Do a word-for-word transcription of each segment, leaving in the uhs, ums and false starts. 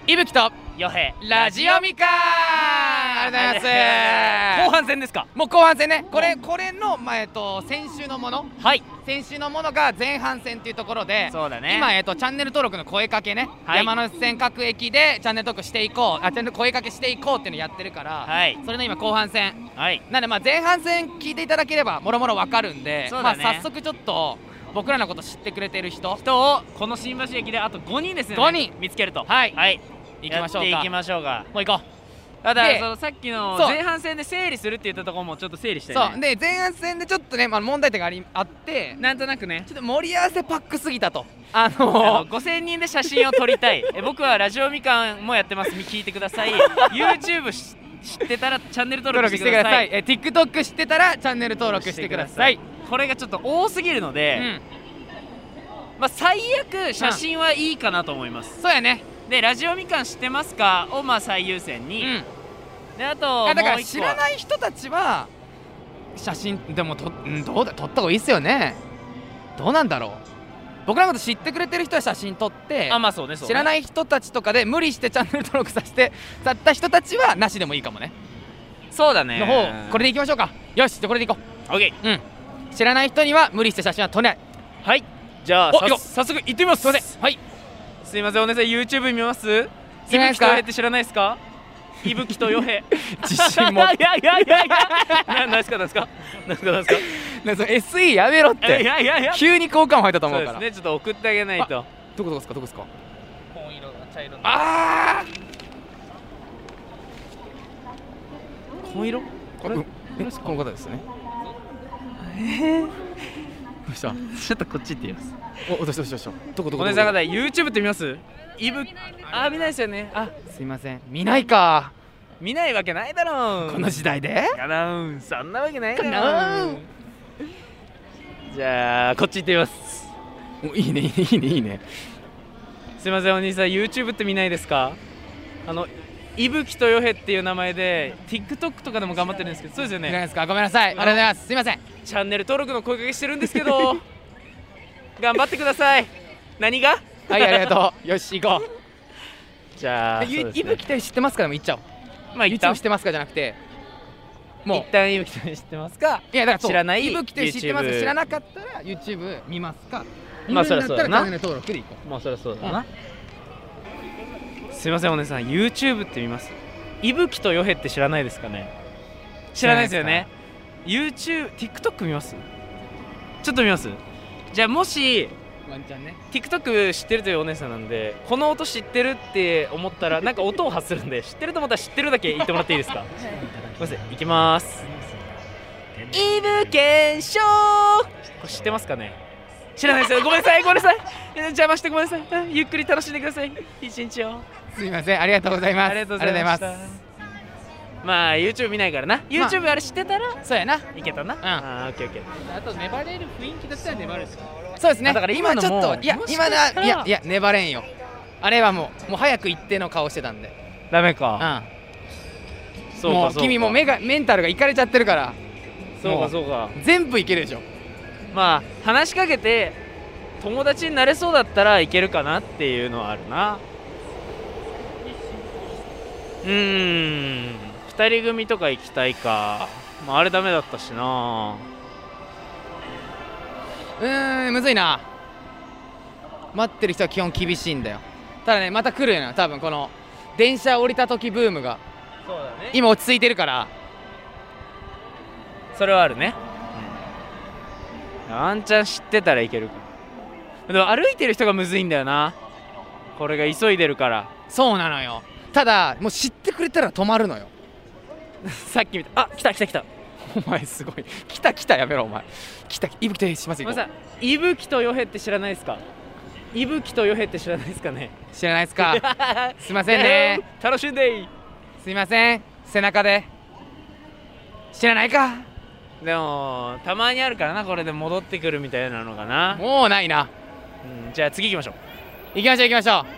いぶきとよへラジオミカー。ありがとうございます。 後半戦ですか。 もう後半戦ね。これこれのまあえっと先週のもの、 はい、 先週のものが前半戦っていうところで、 そうだね。 今えっとチャンネル登録の声かけね、 はい、 山手線各駅でチャンネル登録していこう、あチャンネル声かけしていこうっていうのやってるから、 はい、 それの今後半戦。 はい。 なんでまあ前半戦聞いていただければもろもろわかるんで、 そうだね、 まあ早速ちょっと僕らのこと知ってくれてる人人をこの新橋駅であとごにんですね。 ごにん見つけると。 はい、 はい。 行きましょうか。 やっていきましょうか。 もう行こう。 ただそのさっきの前半戦で整理するって言ったところもちょっと整理したいね。 そうで前半戦でちょっとね、まあ、問題点がありあってなんとなくねちょっと盛り合わせパックすぎたとあのー、 ごせんにんで写真を撮りたいえ僕はラジオみかんもやってます聞いてくださいYouTube し知ってたらチャンネル登録してください。 え TikTok 知ってたらチャンネル登録してください。 これがちょっと多すぎるので、うん、まあ最悪写真はいいかなと思います、 うん、そうやね。でラジオみかん知ってますかをまあ最優先に、うん、であとだから知らない人たちは写真でもと、うん、どうだ撮った方がいいっすよね。どうなんだろう。僕らのこと知ってくれてる人は写真撮って、 あ、まあそうね、そうね。 知らない人たちとかで無理してチャンネル登録させてさった人たちはなしでもいいかもね。 そうだね。 の方これでいきましょうか。よし、じゃあこれでいこう。 OK。 うん、知らない人には無理して写真は撮れない。 はい、じゃあ早速行ってみます。 すいません。はい、 すいません、お姉さん YouTube 見ます？ 知らないですか？ いぶきとよへって知らないですか？いぶきとよへ自信もいやいやいやいや何ですか何ですか何ですか何ですかなんか エスイー やめろって。いやいやいや急に交換入ったと思うから。 そうですね、ちょっと送ってあげないと。 どこどこですかどこですか？ 紺色が茶色の。 ああ紺色？ これえこの方ですね。ええどうした？ ちょっとこっち行ってみます。 おどうしたどうしたどうした。どこどこお姉さん方 YouTube って見ます？いぶあ見ないですよね。あすいません、見ないか。 見ないわけないだろうこの時代で。 かなーん、そんなわけないだろう。じゃあこっち行ってみます。 おいいねいいねいいね。 すいません、お兄さん YouTube って見ないですか？あのいぶきとよへっていう名前で TikTok とかでも頑張ってるんですけど。そうですよね。 見ないですか？ごめんなさい、ありがとうございます。すいません。 チャンネル登録の声かけしてるんですけど頑張ってください。何がはい、ありがとう。よし行こう。 じゃあいぶきと知ってますかでも言っちゃおう。まあ、いつも知ってますかじゃなくて、 もう一旦いぶきと知ってますか。 いやだから知らない。 いぶきと知ってますか、知らなかったら YouTube 見ますか。 まあそりゃそうだな。 チャンネル登録でいこう。 まあそりゃそうだな。すいません、お姉さん YouTube って見ます？いぶきとよへって知らないですかね。知らないですよね。YouTube、TikTok 見ます？ちょっと見ます。じゃあもしワンちゃんね TikTok 知ってるというお姉さんなんで、この音知ってるって思ったらなんか音を発するんで、知ってると思ったら知ってるだけ言ってもらっていいですか？すいません、いきます。いぶけんしょー、これ知ってますかね？知らないですよ。ごめんなさいごめんなさい、邪魔してごめんなさい。ゆっくり楽しんでください一日を。 すいません、ありがとうございます。 ありがとうございます。まあ YouTube 見ないからな。 YouTube あれ知ってたらそうやな、 いけたな。うん、あーオッケーオッケー。 あと粘れる雰囲気だったら粘る。 そうですね。 だから今のもちょっといや今のはいやいや粘れんよ。あれはもうもう早く行っての顔してたんでダメか。 うん、そうかもう君も目がメンタルがいかれちゃってるから。 そうかそうか、 全部いけるでしょ。 まあ話しかけて友達になれそうだったらいけるかなっていうのはあるな。うーん、ふたり組とか行きたいか。まああれダメだったしな。 うーん、むずいな。待ってる人は基本厳しいんだよ。ただね、また来るよな、多分この電車降りた時ブームが。 そうだね、 今落ち着いてるから。 それはあるね、うん、ワンチャン知ってたらいけるか。でも歩いてる人がむずいんだよな、これが急いでるから。 そうなのよ。ただもう知ってくれたら止まるのよさっき見た、あ、来た来た来た。 お前すごい、来た来た、やめろお前。来た、いぶきとしますよ。 いぶきとよへって知らないですか？いぶきとよへって知らないですかね？ 知らないですかすいませんね、 楽しんで。 すいません、背中で知らないか。 でもたまにあるからな、これで戻ってくるみたいなのかな。 もうないな、 うん、じゃあ次行きましょう行きましょう行きましょう。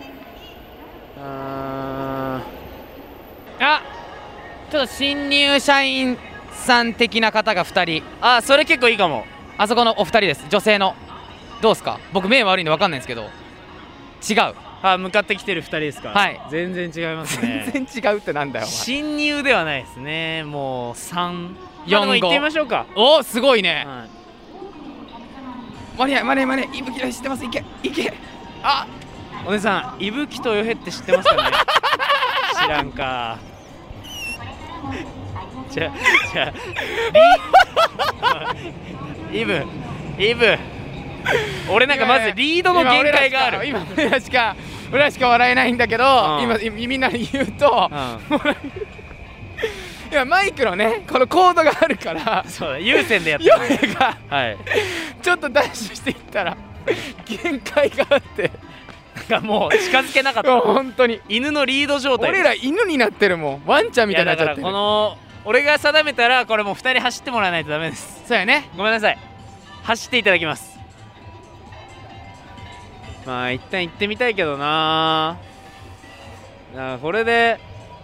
ああ、ちょっと新入社員さん的な方がふたり。 あ、それ結構いいかも。 あそこのお二人です、女性の。どうですか？僕目悪いんで分かんないんですけど。違う。 あ、向かってきてるふたりですか。 はい、 全然違いますね。 全然違うってなんだよ。 侵入ではないですね。もうさん、よん、ご行ってみましょうか。 おー、すごいね。 はい、 間に合い間に合い間に合い。いぶき知ってます。いけいけ。あ、 お姉さん、いぶきとよへって知ってますかね。知らんか。じゃじゃイブイブ俺なんかまずリードの限界がある。 今俺らしか俺らしか笑えないんだけど、うん、今みんなに言うと、うん、いやマイクのねこのコードがあるから、 そうだ、有線でやってヨヘが、 はい、 ちょっとダッシュしていったら限界があってがもう近づけなかった。 本当に犬のリード状態。 俺ら犬になってるもん。ワンちゃんみたいになっちゃってる。 だからこの俺が定めたらこれもうふたり走ってもらわないとダメです。 そうやね。 ごめんなさい。走っていただきます。まあ一旦行ってみたいけどな。あ、これで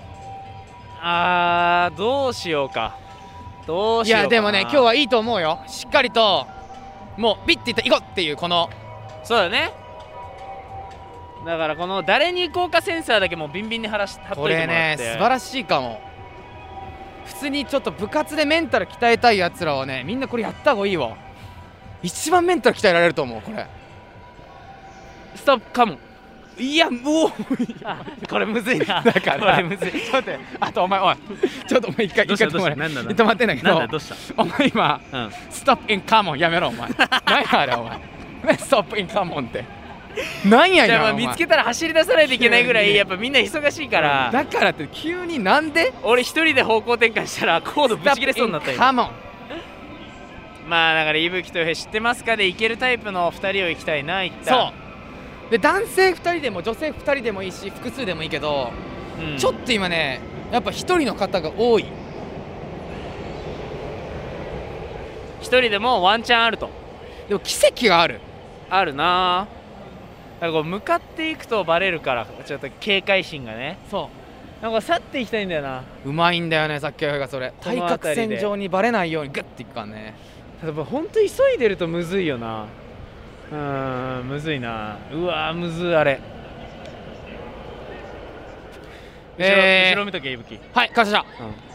あーどうしようか。どうしようかな。 いやでもね今日はいいと思うよ。しっかりともうビッていった行こうっていうこの。 そうだね。だからこの誰に行こうかセンサーだけもうビンビンに貼らし貼っといてもらって。 これね素晴らしいかも。普通にちょっと部活でメンタル鍛えたいやつらはねみんなこれやった方がいいわ。一番メンタル鍛えられると思うこれ。 ストップカモン。 いやもうこれむずいな。 だからこれむずい。 ちょっと待って、あとお前おいちょっとお前一回一回止まれ。 なんだなんだ止まってんだけど。 なんだどうした。 お前今、うん、ストップインカモンやめろお前。何やあれお前。ストップインカモンって。なんやねん。 じゃあ見つけたら走り出さないといけないぐらいやっぱみんな忙しいから。 だからって急になんで？ 俺一人で方向転換したらコードぶち切れそうになったよ。 カモン。 まあだからいぶきとよへ知ってますかで行けるタイプのふたりを行きたいな。一旦そうで男性ふたりでも女性ふたりでもいいし複数でもいいけど、うん、ちょっと今ねやっぱひとりの方が多い。 ひとりでもワンチャンあると。 でも奇跡がある。 あるな。だからこう向かっていくとバレるからちょっと警戒心がね。 そうなんか去っていきたいんだよな。 うまいんだよねさっきがそれ。対角線上にバレないようにグッていくからね。 ただほんと急いでるとむずいよな。うーんむずいな。うわーむずいあれ。後ろ、えー、後ろ見とけいぶき。 はい感謝した、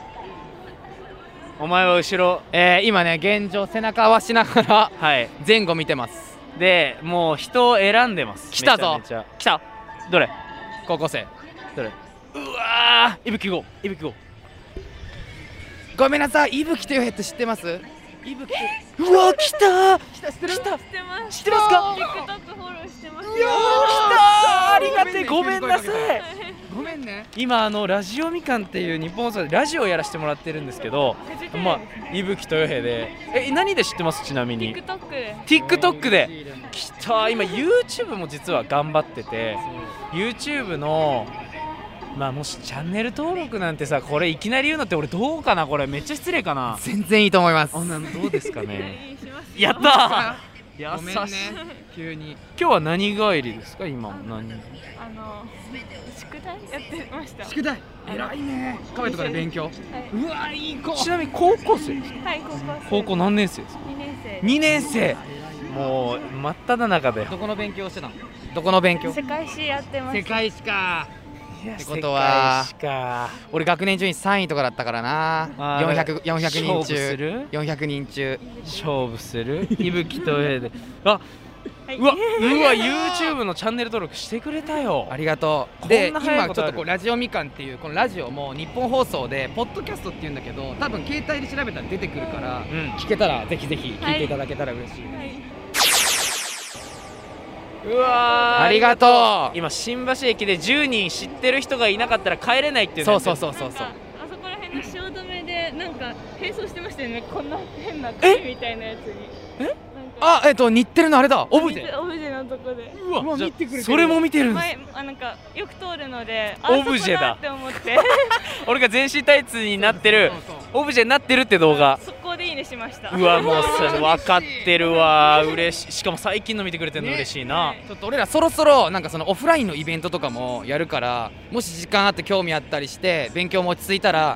うん、お前は後ろ、 えー、今ね現状背中合わしながら前後見てます、 はい、でもう人を選んでます。 来たぞ。 めちゃめちゃ来た。どれ高校生どれ。うわーいぶきごいぶきご。 ごめんなさいいぶきとよへって知ってます？いぶき。 うわ来た来た知ってる？ 知ってます。 知ってますか？ TikTok フォローしてます。 うわ来たありがてえ。ごめんなさい。 ごめんね。 今あのラジオみかんっていう日本放送でラジオをやらせてもらってるんですけど、まあいぶきとよへでえ何で知ってます？ちなみに TikTok で TikTok で来た。今 YouTube も実は頑張ってて YouTube のまあもしチャンネル登録なんてさこれいきなり言うのって俺どうかな。これめっちゃ失礼かな。 全然いいと思います。 あなんどうですかね。 やったーごめんね急に。 今日は何帰りですか今。何あの宿題やってました。 宿題偉いね。カフェとかで勉強、はい、うわいい子。 ちなみに高校生ですか？ はい高校生。 高校何年生ですか？ にねんせい。 にねんせい。もう真っ只中で。 どこの勉強してたの？どこの勉強？ 世界史やってます。 世界史か。 ってことは俺学年順位さんいとかだったからな。よんひゃく、よんひゃくにん中よんひゃくにん中勝負するいぶきとよへで。あうわうわ YouTube のチャンネル登録してくれたよ。 ありがとう。で今ちょっとこうラジオみかんっていうこのラジオも日本放送でポッドキャストっていうんだけど多分携帯で調べたら出てくるから、うん、聞けたらぜひぜひ聞いていただけたら嬉しい、はい、 うわありがとう。 今新橋駅でじゅうにん知ってる人がいなかったら帰れないっていう。 そうそうそうそうそう。 あそこら辺の汐留でなんか並走してましたよね。こんな変な紙みたいなやつに。 えあえっと日テレのあれだオブジェ。 オブジェのとこで。 うわ見てくれてる。 それも見てるんです。 前あなんかよく通るのでオブジェだって思って俺が全身タイツになってるオブジェになってるって動画速攻でいいねしました。 うわもうそれ分かってるわ。嬉しい。しかも最近の見てくれてるの嬉しいな、 ね、ちょっと俺らそろそろなんかそのオフラインのイベントとかもやるからもし時間あって興味あったりして勉強も落ち着いたら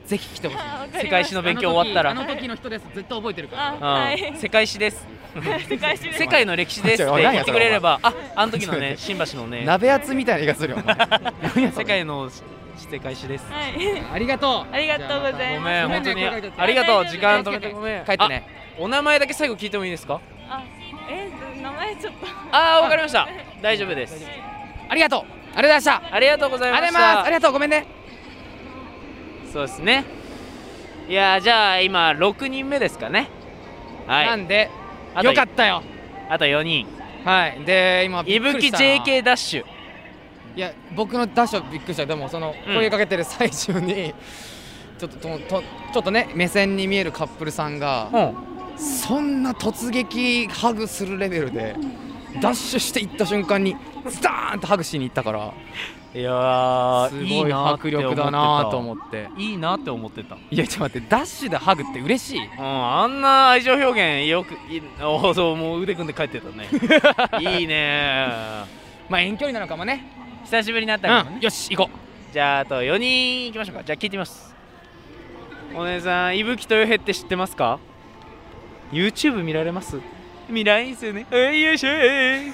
ぜひ来てほしい。 世界史の勉強終わったらあの時あの時の人です絶対覚えてるから。 はい。 世界史です世界史です。 世界の歴史ですって言ってくれれば、あ、あの時のね、新橋のね、 鍋厚みたいな言い方するよ。 世界の世界史です。 はい。 ありがとう。 ありがとうございます。 ごめん、 ごめんね本当に声かけちゃってありがとう。時間止めてごめん。 帰ってね。 あ、お名前だけ最後聞いてもいいですか？ あ、え、名前ちょっと。 あー、わかりました。大丈夫です。 ありがとう。ありがとうございました。 ありがとうございましありがとうございます。あた。 りがとう。ごめんね。 そうですね。いやー、じゃあ今ろくにんめですかね。は。 ないんであとよかったよ。 あとよにん。 はい。で今びいぶきっくりしたジェーな。 ケー ダッシュ。 いや僕のダッシュはびっくりした。でもそのうん声かけてる最中にちょっとととちょっとね目線に見えるカップルさんがうん。 そんな突撃ハグするレベルでダッシュしていった瞬間にスターンとハグしに行ったからいやー、 すごい迫力だなと思っていいなって思ってた。 いやちょっと待ってダッシュでハグって嬉しい。 うん、あんな愛情表現よくいおそうもう腕組んで帰ってたねいいねまあ遠距離なのかもね。 久しぶりになったからね、 うんよし行こじゃああとよにん行きましょうか。じゃあ聞いてみます。お姉さん、伊吹豊平って知ってますか？ YouTube 見られます？見ないんすよね。よいしょー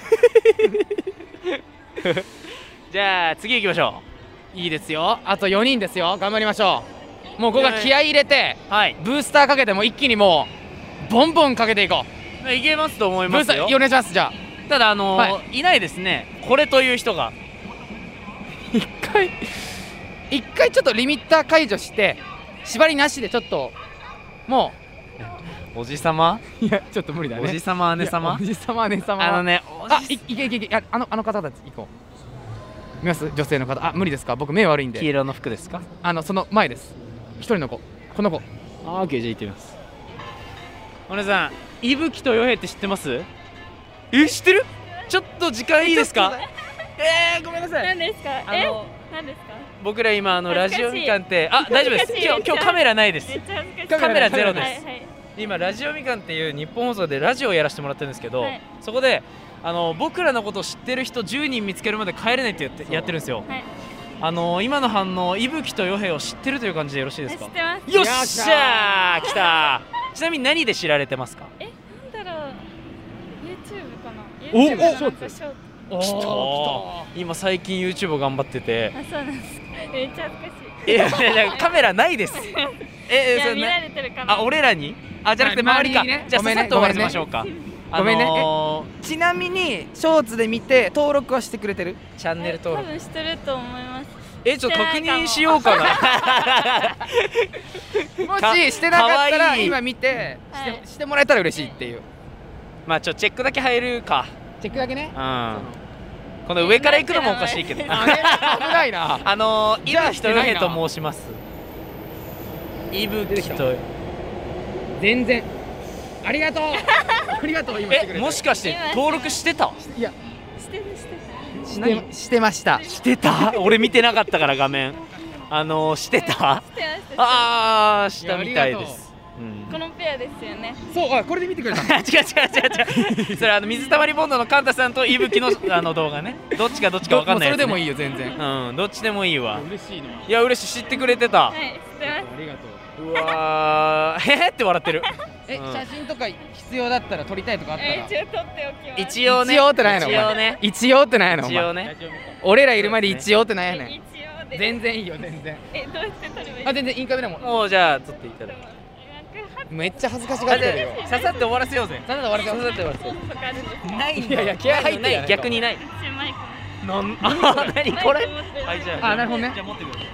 じゃあ次行きましょう。いいですよ。あとよにんですよ。頑張りましょう。もうここが気合い入れてう。はい、 ブースターかけても一気にもうボンボンかけていこう。 いけますと思いブースタますよ。 ーお願いします。じゃあただあのー、 はいないですね、これという人が。 一回一回ちょっとリミッター解除して縛りなしでちょっともおじさま、 ういやちょっと無理だね。 おじさま姉様いやおじさま姉様あのね、 あいいけいけいけああのあの方たち行こう。見ます女性の方。あ無理ですか？僕目悪いんで。 黄色の服ですか？ あのその前です。一人の子この子。 あー、オッケー、じゃあ行ってみます。お姉さん、伊吹とよへいって知ってます？え、知ってる？ちょっと時間いいですか？えー、ごめんなさい。 何ですか？ あのえ、何ですか？ 僕ら今あのラ恥ずかしいジオみかんってあ大丈夫です。 恥ずかしい今日今日カメラないです。 めっちゃ恥ずかしい。 カメラゼロです。 はいはい今ラジオみかんっていう日本放送でラジオをやらせてもらってるんですけど、 はいそこであの僕らのことを知ってる人じゅうにん見つけるまで帰れないってやってやってるんですよ。 はい。 あの今の反応、伊吹とよへいを知ってるという感じでよろしいですか？ 知ってます。 よっしゃー、来たー。ちなみに何で知られてますか？ え、なんだろう。YouTube かな。 お YouTube かなおなんかショート。 お来たーー。今最近 YouTube を頑張ってて、 あ、そうなんですか。めっちゃ恥ずかしい。 いやいやいやカメラないです。えいや、 それな見られてるかな。 あ、俺らに？あ、じゃなくてはい周りか。 周りにねじゃあごめんねささっと終わらせましょうか。 ごめんねあのちなみにショーツで見て登録はしてくれてる？ ーチャンネル登録。 多分してると思います。 え、ちょっと確認しようかな。 もししてなかったからわいい今見てして,、 はいしてもらえたら嬉しいっていうまあちょっとチェックだけ入るか。 チェックだけね。 うん。この上から行くのもおかしいけど。 あれ危ないな。 あのー、伊じゃあ吹とよへいと申します。伊吹と。 全然ありがとうありがとう今してくれえ、 て。 もしかして登録してた？ いやしてるしてる。 してしてました。 してた？俺見てなかったから画面。あのー、してた？ してますしてます。 あー、したみたいいやありがとです。うんこのペアですよね。 そうあこれで見てくれたの。 違う違う違う違う。それあの水溜りボンドのカンタさんと伊吹のあの動画ね。どっちかどっちかわかんないやつね。 もうそれでもいいよ全然。 うん、どっちでもいいわ。 嬉しいな。 いや嬉しい、知ってくれてた。 はい、知ってます。 ありがとう。 うわー、へへって笑ってる。 え、 うん写真とか必要だったら撮りたいとかあったら。 え、一応撮っておきます。 一応ね。 一応ってなんやねんお前一応ね。 一応ってなんやねんお前。 一応ね。 俺らいる前で一応ってなんやねん。 一応で。 全然いいよ全然。 え、どうやって撮ればいい？ あ全然インカメでも。 もうじゃあ撮っていただいて。 めっちゃ恥ずかしがあ、 ってるよ。 じゃあささって終わらせようぜ。 なんだ終わらせようささって終わらせよう。 とかあるんですか？ ないんだ。 いやいや気合入ってるやんない、逆にない。 一応マイク。 なんあ、何これ？ マイク持ってるはい、じゃあ。 あなるほどねじゃあ持ってください。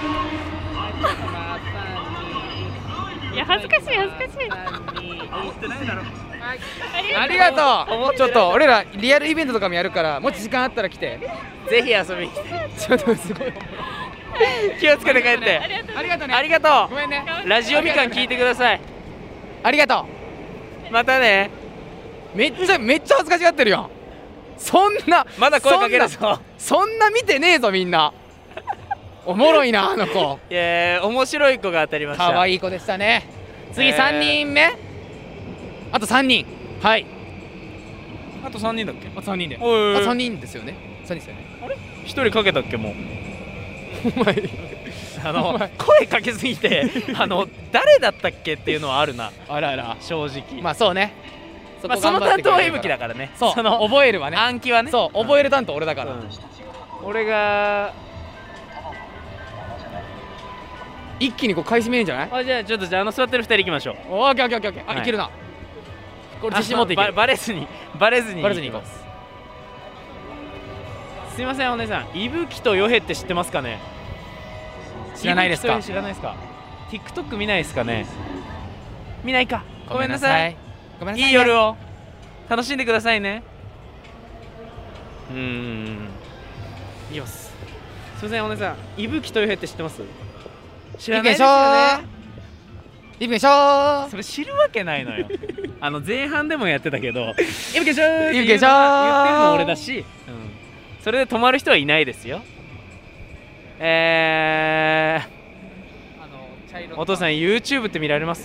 いや、恥ずかしい恥ずかしい。 思ってないだろ。 ありがとう。ちょっと俺らリアルイベントとかもやるからもし時間あったら来て。 ぜひ遊びに来て。 ちょっとすごい。 気をつけて帰って。 ありがとう。 ありがとうね。 ありがとごめんね。 う。ラジオみかん聞いてください。 ありがとまたね。 う。めっちゃめっちゃ恥ずかしがってるよ。そんなまだ声かけるそんなぞ。 そんな見てねえぞみんな。おもろいなあの子。 いやー、面白い子が当たりました。い。 可愛い子でしたね。次えーさんにんめ。あとさんにん。はい。 あとさんにんだっけ？ あとさんにんで。 おいあさんにんですよね。さんにんですよね。 ひとりかけたっけもう。 お前あの声かけすぎてあの誰だったっけっていうのはあるな。 あらあら、 正直。 まあそうね。 まあその担当は伊吹だからね。 そう、 その覚えるわね。 暗記はね。 そう、覚える担当俺だから。 俺が一気にこう買い占めるんじゃない？ あ、じゃあちょっとじゃああの座ってるふたり行きましょう。 オッケーオッケーオッケー。あ、いけるな。これ自信持っていける。 バレずにバレずにバレずに行こう。 すいませんお姉さん、伊吹とヨヘって知ってますかね？ 知らないですか？ 知らないですか？ TikTok 見ないですかね？見ないか。ごめんなさい。 ごめんなさい。 いい夜を楽しんでくださいね。うーん。いきます。すいませんお姉さん、伊吹とヨヘって知ってます？知らないですよね。 伊吹でしょ。 それ知るわけないのよ。あの前半でもやってたけど、伊吹でしょーって伊吹でしょー言ってるの俺だし、うん、それで止まる人はいないですよ。えー、お父さん YouTube って見られます？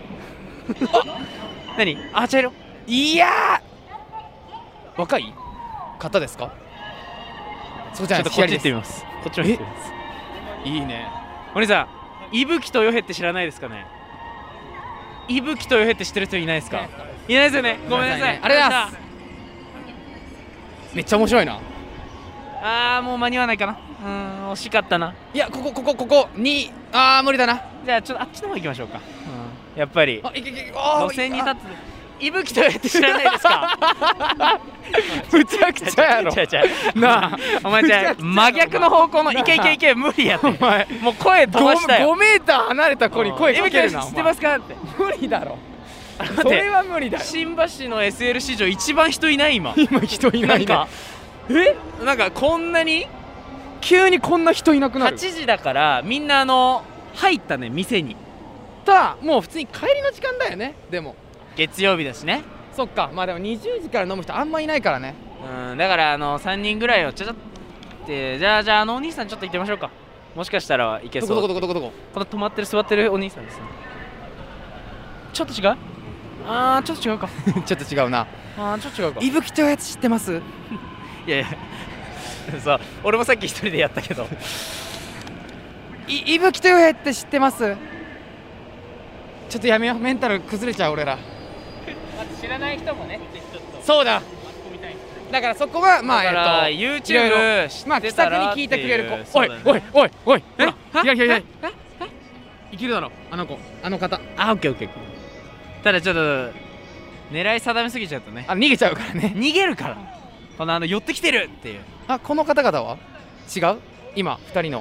何？あ、茶色。 いやー、若い方ですか？そうじゃない。 ちょっとこっち行ってみます。こっちも行ってみます。 いいね。 お兄さん、伊吹とヨヘって知らないですかね？伊吹とヨヘって知ってる人いないですか？いないですよね。ごめんなさい。 ありがとうございます。めっちゃ面白いな。 あー、もう間に合わないかな。うーん、惜しかったな。 いや、ここここここに、あー無理だな。 じゃあちょっとあっちの方行きましょうか。うん、やっぱりあ、いけいけ、あー路線に立つ伊吹とヨヘって知らないですか？ むちゃくちゃやろ。 ちゃちゃなあ、お前じゃあ真逆の方向のいけいけいけ無理やって。 お前もう声飛ばしたよ。 ごメーター離れた子に声かけるな。 知ってますかって。 無理だろ。 待って、 それは無理だよ。 新橋の エスエル 史上一番人いない今。 今人いないね。 なんかえなんかこんなに急にこんな人いなくなる。 はちじだからみんなあの入ったね店に。 ただもう普通に帰りの時間だよね。でも月曜日だしね。 そっか、まあでもにじゅうじから飲む人あんまいないからね。 うん、だからあのさんにんぐらいをちゃちゃってじゃあじゃああのお兄さんちょっと行ってみましょうか。もしかしたらいけそう。 どこどこどこどこどこ。 この止まってる座ってるお兄さんですね。ちょっと違う？あーちょっと違うか。 ちょっと違うな。 あーちょっと違うか。 伊吹というやつ知ってます？ いやいやさ俺もさっき一人でやったけどい伊吹というやつって知ってます？ちょっとやめよう、メンタル崩れちゃう俺ら。 知らない人もね、ちょっとそうだ。だからそこはまあだから、 えっと YouTube 知まあ気さくってたらに聞いてくれる子。 そうおいだねおいおいおい。 えほら左左左。いけるだろあの子、あの方。 あ、オッケーオッケー。ただちょっと狙い定めすぎちゃうとね、 あ、逃げちゃうからね。 逃げるから。このあの寄ってきてるっていう。 あ、この方々は違う？今ふたりの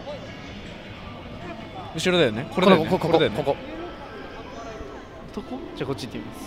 後ろだよね。ここのここここここ。 どこ？じゃあこっち行ってみます。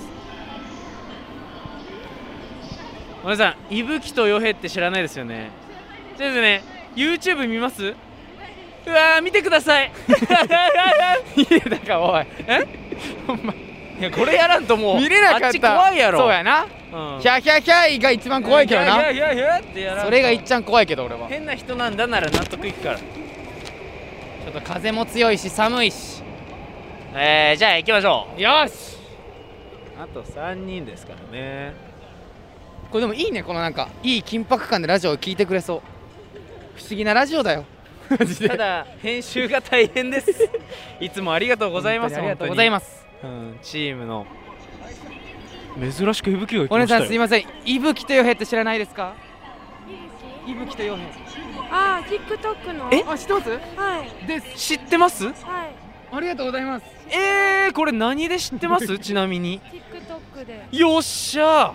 お姉さん、伊吹とヨヘって知らないですよね。じゃあですね、YouTube 見ます？うわー見てください。 いやだからおい、 え？お前いやこれやらんともう見れなかった。 あっち怖いやろ。 そうやな。 うん、 ヒャヒャヒャイが一番怖いけどな。 ヒャヒャヒャってやらんとそれがいっちゃん怖いけど俺は。 変な人なんだなら納得いくから。ちょっと風も強いし寒いし。 えー、じゃあ行きましょう。 よし。 あとさんにんですからね。 これでもいいね、このなんかいい緊迫感でラジオを聞いてくれそう。不思議なラジオだよ。マジで。 ただ編集が大変です。いつもありがとうございます。 ありがとうございます。 うん、チームの珍しく伊吹が言ってお姉ましたよ。 さんすいません、伊吹とヨヘって知らないですか？伊吹とヨヘ。 あー、TikTok の。 え、あ、知ってます？ はいです。 知ってます？ はい。 ありがとうございます。 えー、これ何で知ってます？ちなみに。 TikTok で。 よっしゃー。 やった。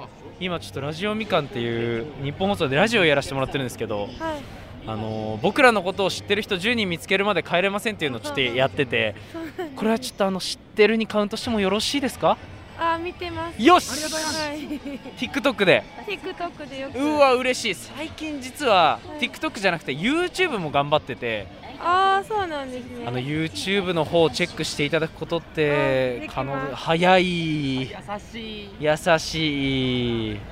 今ちょっとラジオみかんっていう日本放送でラジオをやらせてもらってるんですけど、 はい。 あのー、僕らのことを知ってる人じゅうにん見つけるまで帰れませんっていうのをちょっとやってて、これはちょっとあの知ってるにカウントしてもよろしいですか？ あー、見てます。 よし。 ありがとうございます。 はい。 TikTok で。 TikTok でよく。 うわ嬉しい。最近実は TikTok じゃなくて YouTube も頑張ってて、 ああ、そうなんですね。 あの YouTube の方をチェックしていただくことっあてできます可能。早い。 優しい。 優しい。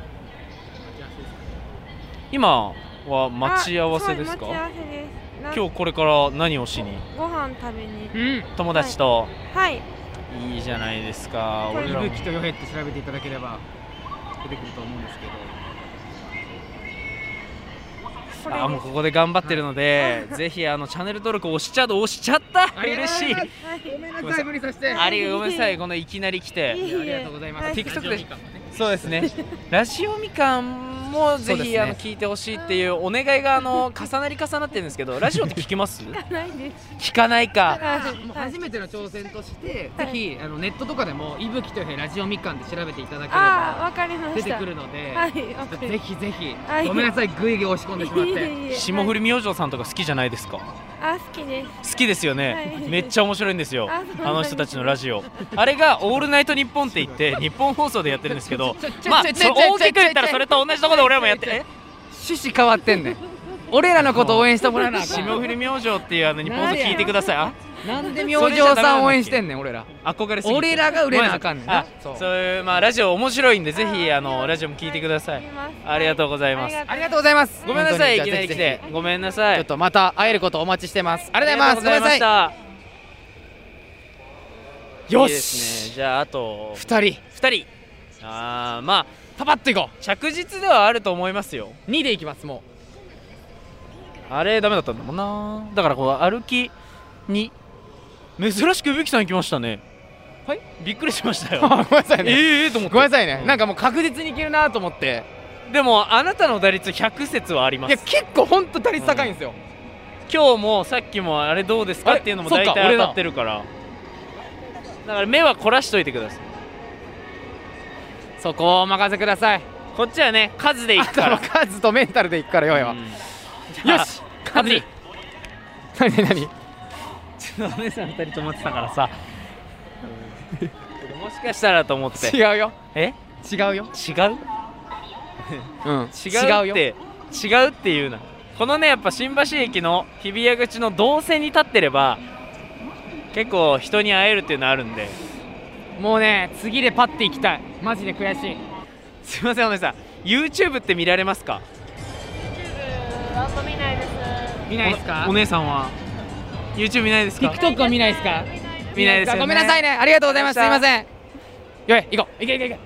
今は待ち合わせですか？ あ、はい、待ち合わせです。な今日これから何をしに？ ご飯食べに。 うん。 友達と。 はい。 いいじゃないですか。 これ伊俺らも吹とヨヘって調べていただければ出てくると思うんですけど。 これあもうここで頑張ってるので、ぜひあのチャンネル登録押しちゃう押しちゃった嬉しい。 ごめんなさい無理させて。 ありがとうごめんなさい、このいきなり来て。 ありがとうございます。 TikTok でそうですね。ラジオみかんもぜひあの聞いてほしいっていうお願いがあの重なり重なってるんですけど、ラジオって聞きます？ ないです聞かないか。 もう初めての挑戦として、ぜひあのネットとかでもいぶきというラジオみかんで調べていただけれあー、 ばわかりました。 出てくるので、 はい、わかりぜひぜひはいごめんなさい、ぐいぐい押し込んでしまっいえいて。 えいえ霜降り明星さんとか好きじゃないですか？ あ、好きです。 好きですよね、 はいめっちゃ面白いんですよ、 あそうなんですねあの人たちのラジオ。あれが「オールナイトニッポン」って言って日本放送でやってるんですけど、まあそ大きく言ったらそれと同じところで俺らもやってえ趣旨変わってんねん。俺らのこと応援してもらわなあかん。 霜降り明星っていうあの日本放送聞いてください。あなんで明星さん応援してんねん俺ら。 憧れすぎて俺らが売れなあかんねんな。 そうそういうまあラジオ面白いんで、ぜひあのラジオも聞いてください。ありがとうございます。 ありがとうございます。 ごめんなさい、い本当にきなり来じゃあぜてごめんなさい。 ひちょっとまた会えることをお待ちしてます。ありがとうございます。ごめんなさい。 た。 よしいいですね。じゃああと二人ふたり。あーまあパパッといこ着実ではあると思いますよ。 う。にでいきますもあれダメだったんだもんな。だからこう歩きに珍しくぶきさん行きましたね。 はい、 びっくりしましたう。 よ。 ごめんなさいね。 ええと思って。 ごめんなさいね。なんかもう確実にいけるなと思って。 でもあなたの打率ひゃく説はありまいやす。 結構本当打率高いんですよ。 今日もさっきもあれどうですかあれっていうのもそっか俺だ大体当たってるから、だから目は凝らしといてください。 そこをお任せください。 こっちはね数でいあとのくから。 数とメンタルでいくからよいわ。 うんよじゃあし数になになに。 お姉さんふたりと思ってたからさもしかしたらと思って。 違うよ。 え違うよ。 違ううん違うって違うっていうな。このねやっぱ新橋駅の日比谷口の動線に立ってれば結構人に会えるっていうのあるんで。 もうね次でパッて行きたい。マジで悔しい。 すいませんお姉さん YouTube って見られますか？ YouTube あんま見ないです。 見ないですかお。お姉さんは YouTube 見ないですか？ TikTok は見ないですか。 見ないですよね。 ごめんなさいね。ありがとうございます。すいまん。 せん。よい行こう。行け行け行け。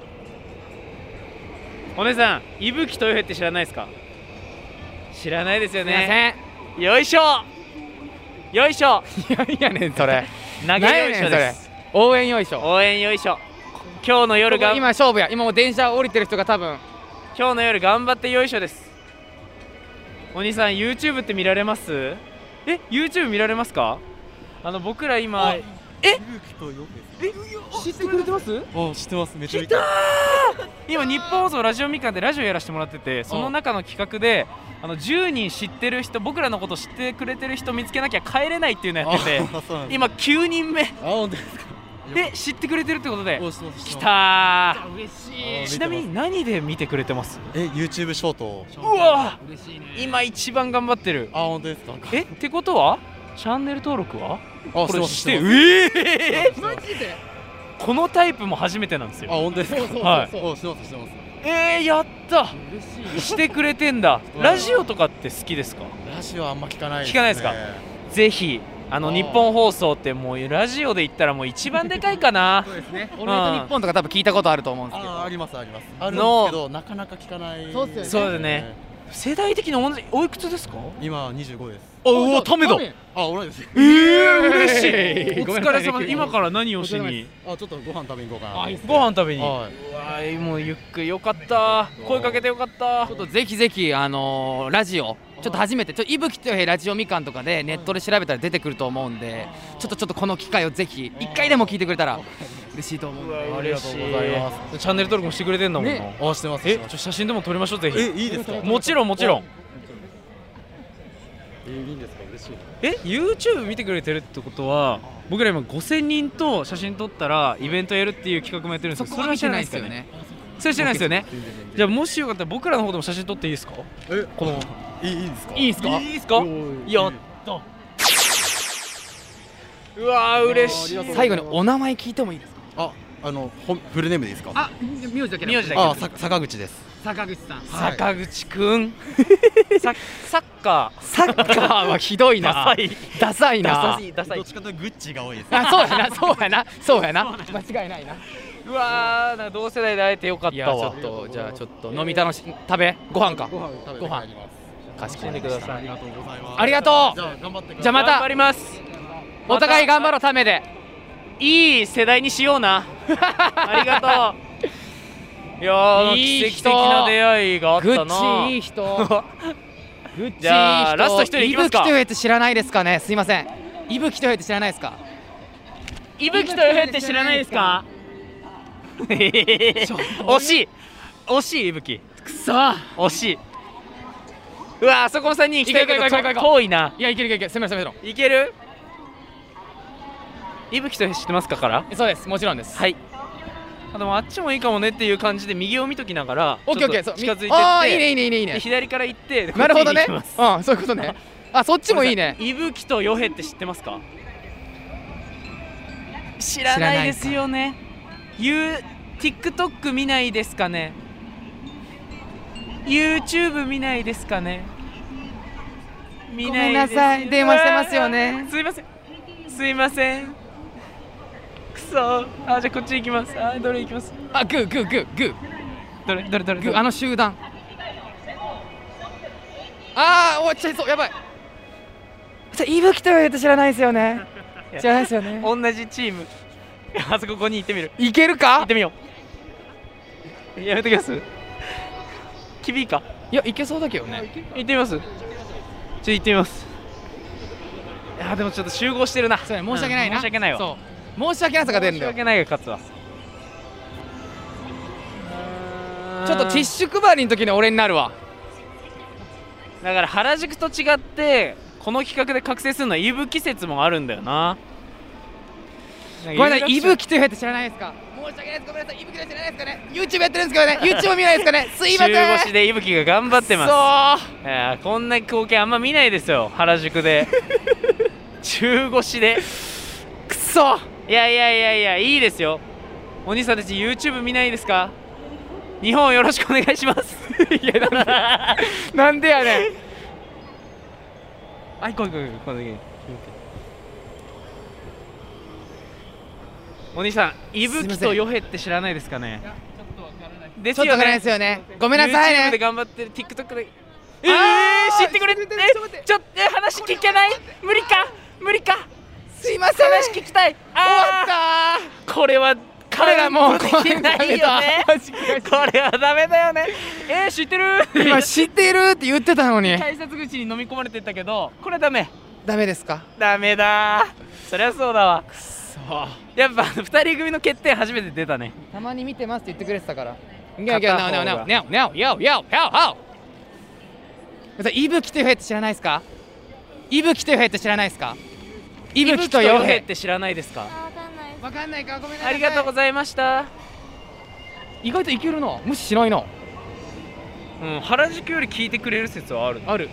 お姉さん伊吹豊平って知らないですか？知らないですよすいまね。 せん。 よいしょよいしょいやいやねんそれ。 投げよいしょです。 応援よいしょ。 応援よいしょ。今日の夜が今勝負や。今もう電車降りてる人が多分。 今日の夜頑張ってよいしょです。お兄さん YouTube って見られます？え YouTube 見られますか？あの僕ら今え知ってくれてます？ あ、知ってます。めっちゃ見来たー今日本放送ラジオみかんでラジオやらせてもらってて、その中の企画であのじゅうにん知ってる人、僕らのこと知ってくれてる人見つけなきゃ帰れないっていうのやっててあ、そうなんです。 今きゅうにんめ。 あ、本当ですか。 え知ってくれてるってことでお、知ってます。 来たー。 嬉しあちなみに何で見てくれてます？ え、YouTube ショート。 うわ嬉しいね。 今一番頑張ってる。 あ、本当ですか。 えってことはチャンネル登録はあ、 これしてます。 してますえーマジで。 このタイプも初めてなんですあ、 よ。 本当ですか。 はいお、してます。してます。 えー、やった嬉しい。 してくれてんだ。ラジオとかって好きですか？ ラジオあんま聞かないですね。 聞かないですかぜひあのあー日本放送ってもうラジオで言ったらもう一番でかいかなそうですね。オールナイトニッポンとか多分聞いたことあると思うんですけど。 あ、ありますあります。あるんですけど、なかなか聞かない。 そうっすよねそうだね。世代的におんじおいくつですか？ 今二十五です。 あうわためだ。 あ、同いです。 えー、嬉しい。おごめん疲れ様です。 なさい今から何をしに？ あ、ちょっとご飯食べに行こうかな。 あいいっすねご飯食べに。うはい。 わーもうゆっくりよかった。声かけてよかったちょっ。とぜひぜひあのーラジオちょっと初めてちょっといぶきというラジオみかんとかでネットで調べたら出てくると思うんで、ちょっとちょっとこの機会をぜひ一回でも聞いてくれたら嬉しいと思うんで。 うわありがとうございますチャンネル登録もしてくれてんだもんな。 ねあ、してます。 え、 してますちょ写真でも撮りましょうぜえ、 ひ。 いいですか。 もちろんもちろん。 え、いいんですか。嬉しい。 え、YouTube 見てくれてるってことは、僕ら今ごせんにんと写真撮ったらイベントやるっていう企画もやってるんですけど、 そこは見てないですよね。 それは知らないですよね。じゃあもしよかったら僕らの方でも写真撮っていいですか？ え、 このいいいいですか。 いいですか？ いいですか？やった。うわー嬉しい。 最後にお名前聞いてもいいですか？ あ、あの、ほんフルネームでいいですか。 あ、名字だけ名字だけあ、さ坂口です。 坂口さん。 はい坂口くん。ササッカサッカーはひどいー。 な。 ダサい。 ダサいダなサ。い。ダサいどっ。ちかというとグッチが多いです。 あ、そうやな、そうやな、そうやな。間違いないな。 うわーなんか同世代で会えてよかっいや、 たわちょっ。とじゃあちょっと飲み楽し食べご飯か。 ご飯食べてご飯帰ります。 かしこま楽しんでください。 ありがとうございます。 ありがとう。 じゃあ頑張ってください。 じゃあまた頑張ります。 お互い頑張ろうためで。 いい世代にしような。ありがとう。いやー、 いい人奇跡的な出会いがあったな。 グッチいい人。グッチいい人。 じゃあラスト一人いきますか。 伊吹豊平って知らないですかね。すいません。伊吹豊平って知らないですか。 伊吹豊平って知らないですか。惜しい惜しい伊吹。 くそ。 惜しい。うわー、あそこのさんにん行きたいけど行こう行こう行こう行こう遠いな。 いやいけるいけるいける。攻めろ攻めろ。 いける。伊吹豊平知ってますかから。 そうです、もちろんです。 はい。あでもあっちもいいかもねっていう感じで右を見ときながらオッケーオッケー。 ちょっと近づいてって、 ああいいねいいねいいねいいね。 で左から行ってでなるほどね。 こっちに行きます。 うん、そういうことね。あ、そっちもいいね。 伊吹とヨヘって知ってますか。知らないですよね。ゆう TikTok 見ないですかね。 YouTube 見ないですかね。見ないです。 ごめんなさい、電話してますよね。 すいませんすいません。くそ。あ、じゃあこっち行きます。あ、どれ行きます。 あ、グーグーグーグーどれどれどれグー。あの集団。あー、終わっちゃいそう。やばい。じゃ伊吹というと知らないですよね。知らないですよね。 同じチーム。あそここに行ってみる。 いけるか行ってみよう。やめときます。厳いか。 いや、いけそうだけどね。 行ってみます。ちょっと行ってみます。いやでもちょっと集合してるな。 そうね、申し訳ないな。 うん申し訳ないわ。 そう申し訳なさが出るんだよ。 申し訳ないが勝つわ。 ちょっとティッシュ配りの時の俺になるわ。 だから原宿と違ってこの企画で覚醒するのは伊吹説もあるんだよな。 ごめんなさい、伊吹というやつ知らないですか。申し訳ないです。ごめんなさい、伊吹と知らないですかね。YouTube やってるんですけどね。YouTube 見ないですかね。すいません。 中腰で伊吹が頑張ってます。 そう。 いやこんな光景あんま見ないですよ原宿で。中腰で。 くそ。 いやいやいやいやいいですよ。お兄さんたち YouTube 見ないですか。日本よろしくお願いします。 いやなんでなんでやねん。 あ、行こう行こう行こう。お兄さん、伊吹とヨヘって知らないですかね。ですちょっとわからないですよね。ごめんなさい YouTube でね。 頑張ってる TikTok で。えあーー、知ってくれて。 ちょっと待ってちょっと待ってちょっとえ話聞けない。無理か無理か。 すいません。 話聞きたい。 終わあったー。 ーこれは彼らもうカウントできないよね。これはダメだよね。えー、知ってる。 今知ってるって言ってたのに。 改札口に飲み込まれてったけど、これダメ。 ダメですか。 ダメだ。そりゃそうだわ。 そう。 やっぱふたり組の決定初めて出たね。 たまに見てますって言ってくれてたから。いやいやなおなおなおなおなおよよよよ。伊吹とヨヘって知らないですか。伊吹とヨヘって知らないですか。伊吹とヨヘって知らないですか。 わかんない。 わかんないか、ごめんなさい。 ありがとうございました。 意外といけるな。無視しないな。 うん、原宿より聞いてくれる説はある。 ある。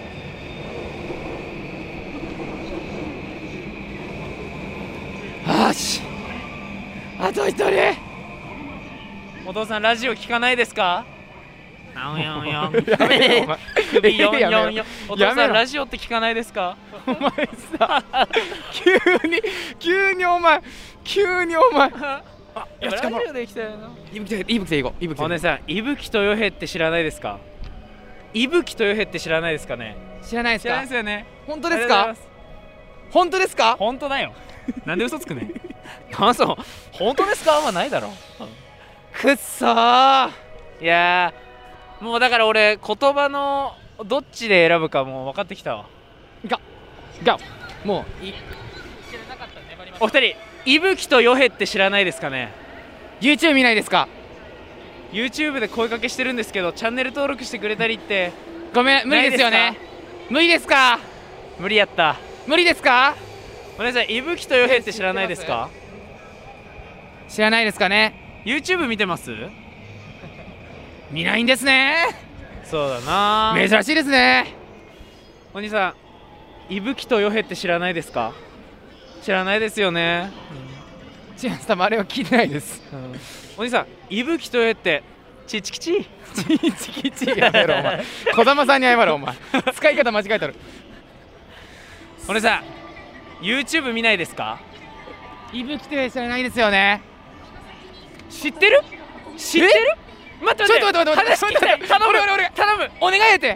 よし。あと一人。 お父さんラジオ聞かないですか。よんよんよん。 やめろお前首よんよんよん。お父やめろさんラジオって聞かないですか。 お前さ、急に急にお前急にお前。あ、 ラジよし頑張ろう。 オで行きたいな。 伊吹で伊吹で行こう。伊吹で。 お姉さん、伊吹とヨヘって知らないですか。伊吹とヨヘって知らないですかね。 知らないです知らないか。 ですよね。 本当ですかありがとうございま。す。 本当ですか。 本当だよ。なんで嘘つくね。あ、そう。本当ですかはないだろ。 くっそー。 いやー、もうだから俺言葉のどっちで選ぶかもう分かってきたわ。 ががもういお二人、伊吹とヨヘって知らないですかね。 YouTube 見ないですか。 YouTube で声かけしてるんですけどチャンネル登録してくれたりってごめん、無理ですよね。無理ですか。 無理やった。 無理ですか。 お姉さん、伊吹とヨヘって知らないですか。 知らないですかね。 YouTube 見てます。 見ないんですね。 そうだな。 珍しいですね。 お兄さん、伊吹とヨヘって知らないですか。知らないですよね。 違います。多分あれは聞いてないです。 お兄さん、伊吹とヨヘってチチキチチチキチやめろお前。児玉さんに謝れお前。使い方間違えとる。 お姉さん、YouTube 見ないですか。 伊吹って知らないですよね。 知ってる知ってる。待って待ってちょっと待って待って待って話聞きたい。頼む俺俺俺頼む。 お願いやて。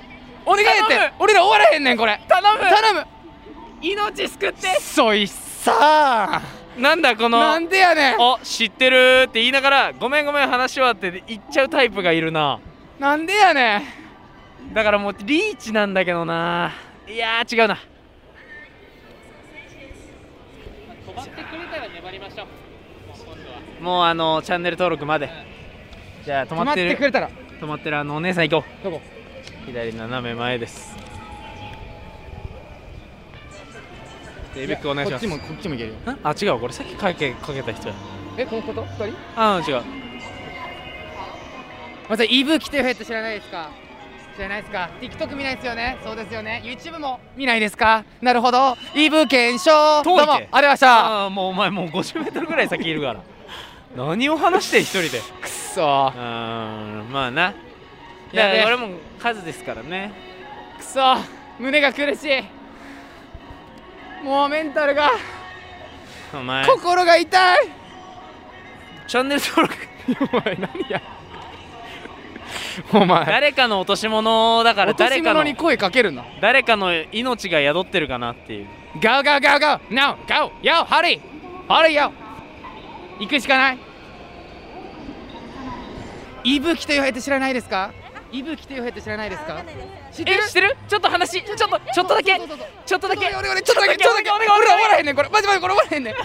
お願いやって俺ら終わらへんねんこれ頼む頼む命救ってそいっさなんだこのなんでやねんお知ってるって言いながらごめんごめん話し終わって言っちゃうタイプがいるな。 なんでやねんだからもうリーチなんだけどないやー違うな。 止まってくれたら粘りましょう。 もうあのチャンネル登録まで。じゃあ止止まっまってるてくれたら止まってるあのお姉さん行こどこう。左斜め前です。デイビックお願いします。 こっちもこっちもいけるよあ違うこれさっきかけかけた人や。 えこのことふたりあ違う。 まず イーブイ 来てるって知らないですか知らないですか TikTok 見ないですよねそうですよね YouTube も見ないですかなるほど イーブイ 検証遠いってどうもありがとうございましたあーもうお前もうごじゅうメートルぐらい先いるから何を話して一人でくっそーうんまあな。いやべえや俺も数ですからね。 くそー胸が苦しいもうメンタルがお前心が痛いチャンネル登録お前何やお前誰かの落とし物だから落とし誰かの物に声かけるな誰かの命が宿ってるかなっていう。 Go go go go now go yo hurry hurry yo 行くしかないイブキという兵って知らないですかイブキという兵って知らないですか知ってるえ知ってるちょっと話ちょっとちょっとだけそうそうそうちょっとだけ俺俺ちょっとだけちょっとだけお願い俺ら終わらへんねんこれマジマジこれ終わらへんねん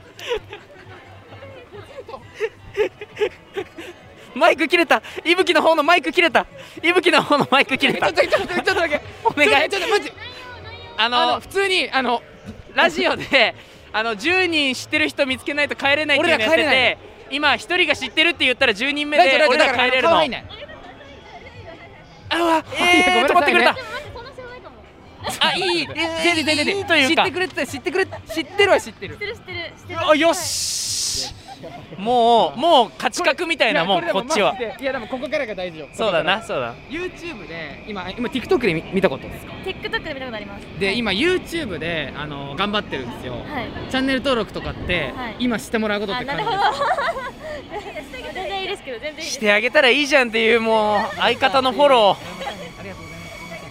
マイク切れたいぶきの方のマイク切れたいぶきの方のマイク切れたちょっとだけちょっとだけちょっとだけお願いちょっとマジああのの普通にあのラジオであのじゅうにん知ってる人見つけないと帰れないっていうのやって俺ら帰れないて今ひとりが知ってるって言ったらじゅうにんめで俺ら帰れるの。 顔入んないあわいやえー止ごめんなさいねまってくれた。あいい全然全然全然いいというか知ってくれてた知ってくれ知ってるは知ってる知ってる知ってる知ってる。 あよしもうもう勝ち確みたいなもんいやれでもこっちはマジでいやでもここからが大事よそうだなそうだ YouTube で今今 TikTok で見見たことですか TikTok で見たことあります。 で今 YouTube であの頑張ってるんですよはい。 チャンネル登録とかってはい今してもらうことっあ、 て感じなるほですど。全然いいですけど、全然いいです。 してあげたらいいじゃんっていうもう相方のフォローありがとうござい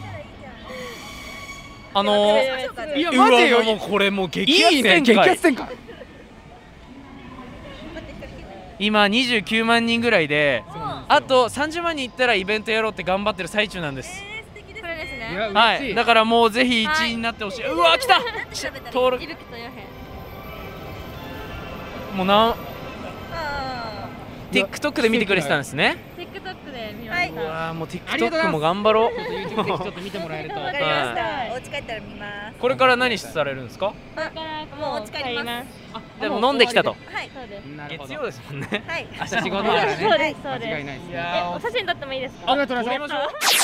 あのーますいやうマジよわもうこれもう激アツいいね激展開アツ展開今にじゅうきゅうまんにんぐらいであとさんじゅうまんにんいったらイベントやろうって頑張ってる最中なんです。 これですね。 いやはいだからもうぜひいちはいいになってほしい。うわ来た登録いぶきとよへん。 もうなんあ TikTok で見てくれてたんですね。 ー TikTok で見ましうた。 わーもうありがとうござい TikTok ますも頑張ろう。 ちょっと YouTube ぜひちょっと見てもらえるとわかりました。お家帰ったら見ます。 これから何されるんですか。 これからもうお家帰ります。 でも飲んできたと。 はい、そうです。 なるほど月曜ですもんね。 はい。 明日仕事だからねそうです、そうです。 間違いないですねえ、お写真撮ってもいいですか。 ありがとうございますやったありがとうござい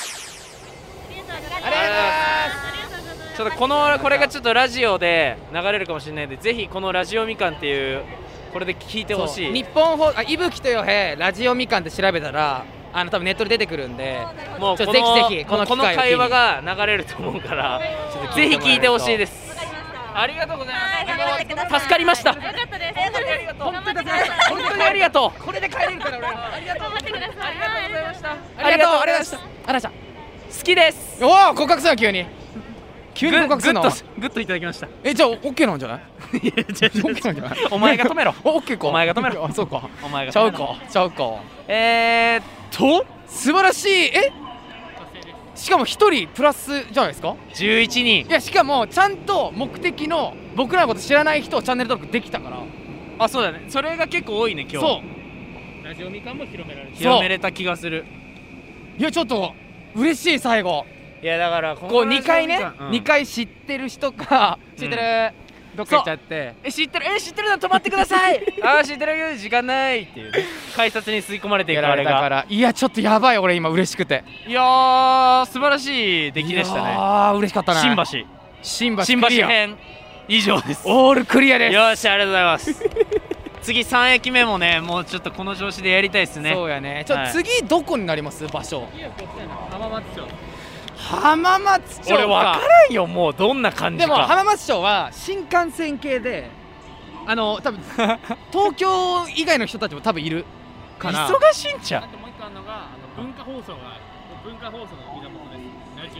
ますありがとうございます。 ちょっとこのこれがちょっとラジオで流れるかもしれないのでぜひこのラジオみかんっていうこれで聞いてほしい。 日本放あいぶきとよへラジオみかんって調べたらあの多分ネットで出てくるんでちょもうこのぜひぜひこのこの機会を機に会話が流れると思うからちょっとぜひ聞いてほしいです。ありがとうございはい、頑張ってください。 ます。助かりました。 よかったです。本当にありがとう。頑張ってください。 本当にありがとう。 これで帰れるから俺らありがとう。頑張ってください。ありがとうございました。 ありがとうありがとうございましたありがとうございま好きです。 したおお告白するの急に急に告白するのグッとグッといただきました。 えじゃあ OK なんじゃないいや違う違う OK なんじゃないお前が止めろ。 お OK かお前が止めろあそうかお前がちゃう止めろ。 かちゃうかえーっと素晴らしいえしかも一人プラスじゃないですかじゅういちにん。 いやしかもちゃんと目的の僕らのこと知らない人をチャンネル登録できたからあそうだね。それが結構多いね今日。 そうラジオみかんも広められてる。 広めれた気がする。 いやちょっと嬉しい最後いやだからこうにかいねうんにかい知ってる人か知ってるどっか行っちゃってえ知ってるえ知ってるの止まってくださいあー知ってるけど時間ないっていうね改札に吸い込まれていやらくあれがれたからいやちょっとやばい俺今嬉しくていやー素晴らしい出来でしたね。 ああ嬉しかったね新橋新橋新橋クリア編以上です。 オールクリアですよしありがとうございます次さん駅目もねもうちょっとこの調子でやりたいですね。 そうやねちょ、 はい次どこになります場所浜松町。 浜松町か俺分からんよもうどんな感じでもか。 浜松町は新幹線系であの多分東京以外の人たちも多分いるかな忙しいんちゃあともう一個あるのがあの文化放送がある。文化放送の源です。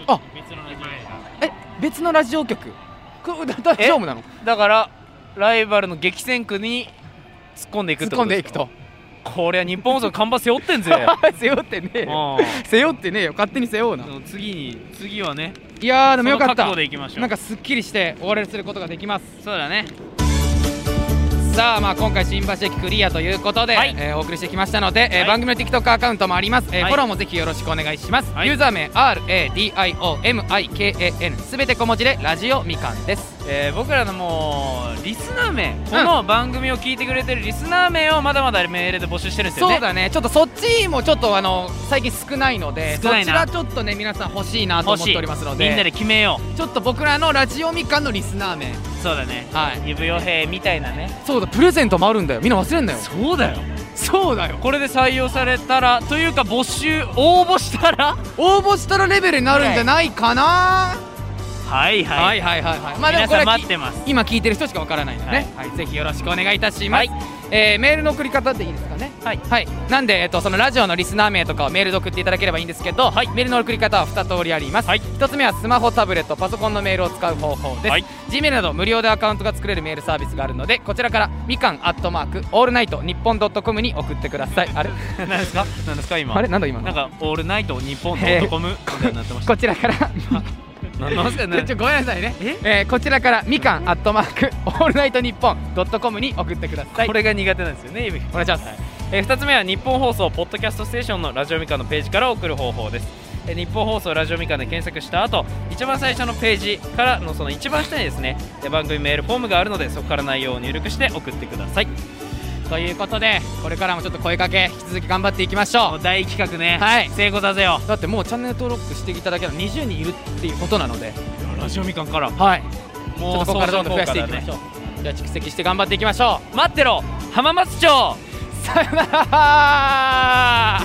あ別のラジオえ別のラジオ局これ大丈夫なの？ だからライバルの激戦区に突っ込んでいくってことですか？ 突っ込んでいくとこれは日本放送看板背負ってんぜ背負ってねえよ背負ってねえよ勝手に背負うな。 次に次はねいやーでもよかった。 その覚悟でいきましょう。 なんかすっきりして終わりすることができます。 そうだね。 さあまあ今回新橋駅クリアということで、はいえー、お送りしてきましたので、えーはい、番組の TikTok アカウントもあります、えーはい、フォローもぜひよろしくお願いします、はい、ユーザー名 アールエーディーアイオーエムアイケーエーエヌ すべて小文字でラジオみかんです、 えー、僕らのもうリスナー名、この番組を聞いてくれてるリスナー名をまだまだメールで募集してるんですよね。 そうだね。ちょっとそっちもちょっとあの最近少ないので、 少ないな。 そちらちょっとね皆さん欲しいなと思っておりますので、 みんなで決めよう。ちょっと僕らのラジオみかんのリスナー名。 そうだね。 はい。 イブヨヘイみたいなね。 そうだ。プレゼントもあるんだよ。みんな忘れんなよ。 そうだよ。 そうだよ。 これで採用されたらというか募集応募したら応募したらレベルになるんじゃないかな。 はいはい、 はいはいはいはい。 まあでもこれ待ってます。 今聞いてる人しかわからないのでね、はい、はい、ぜひよろしくお願いいたします、はい。えー、メールの送り方でいいですかね。はい、はい、なんで、えっと、そのラジオのリスナー名とかをメールで送っていただければいいんですけど、はい、メールの送り方はに通りあります、はい、ひとつめはスマホタブレットパソコンのメールを使う方法です、はい、Gmail など無料でアカウントが作れるメールサービスがあるので、こちらからみかんアットマークオールナイトニッポンドットコムに送ってください。あれ何ですか何ですか今あれなんだ今のなんかオールナイトニッポンドットコムみたいになってました。 こちらからなんすかね、 ちょごめんなさいね。え、えー、こちらからみかんアットマークオールナイトニッポンドットコムに送ってください。 これが苦手なんですよね。 お願いします、はい。 えー、ふたつめは日本放送ポッドキャストステーションのラジオみかんのページから送る方法です。えー、日本放送ラジオみかんで検索した後、一番最初のページからのその一番下にですね、番組メールフォームがあるので、そこから内容を入力して送ってください。 ということで、これからもちょっと声かけ引き続き頑張っていきましょう。 もう大企画ね、 はい、 成功だぜよ。 だってもうチャンネル登録していただけたらにじゅうにんいるっていうことなので、 ラジオみかんからはいもうちょっとここからどんどん増やしていきましょう、ね、じゃあ蓄積して頑張っていきましょう。待ってろ浜松町。 さよなら。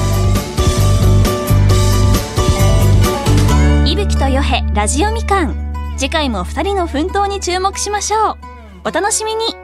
伊吹とよへラジオみかん、次回もふたりの奮闘に注目しましょう。お楽しみに。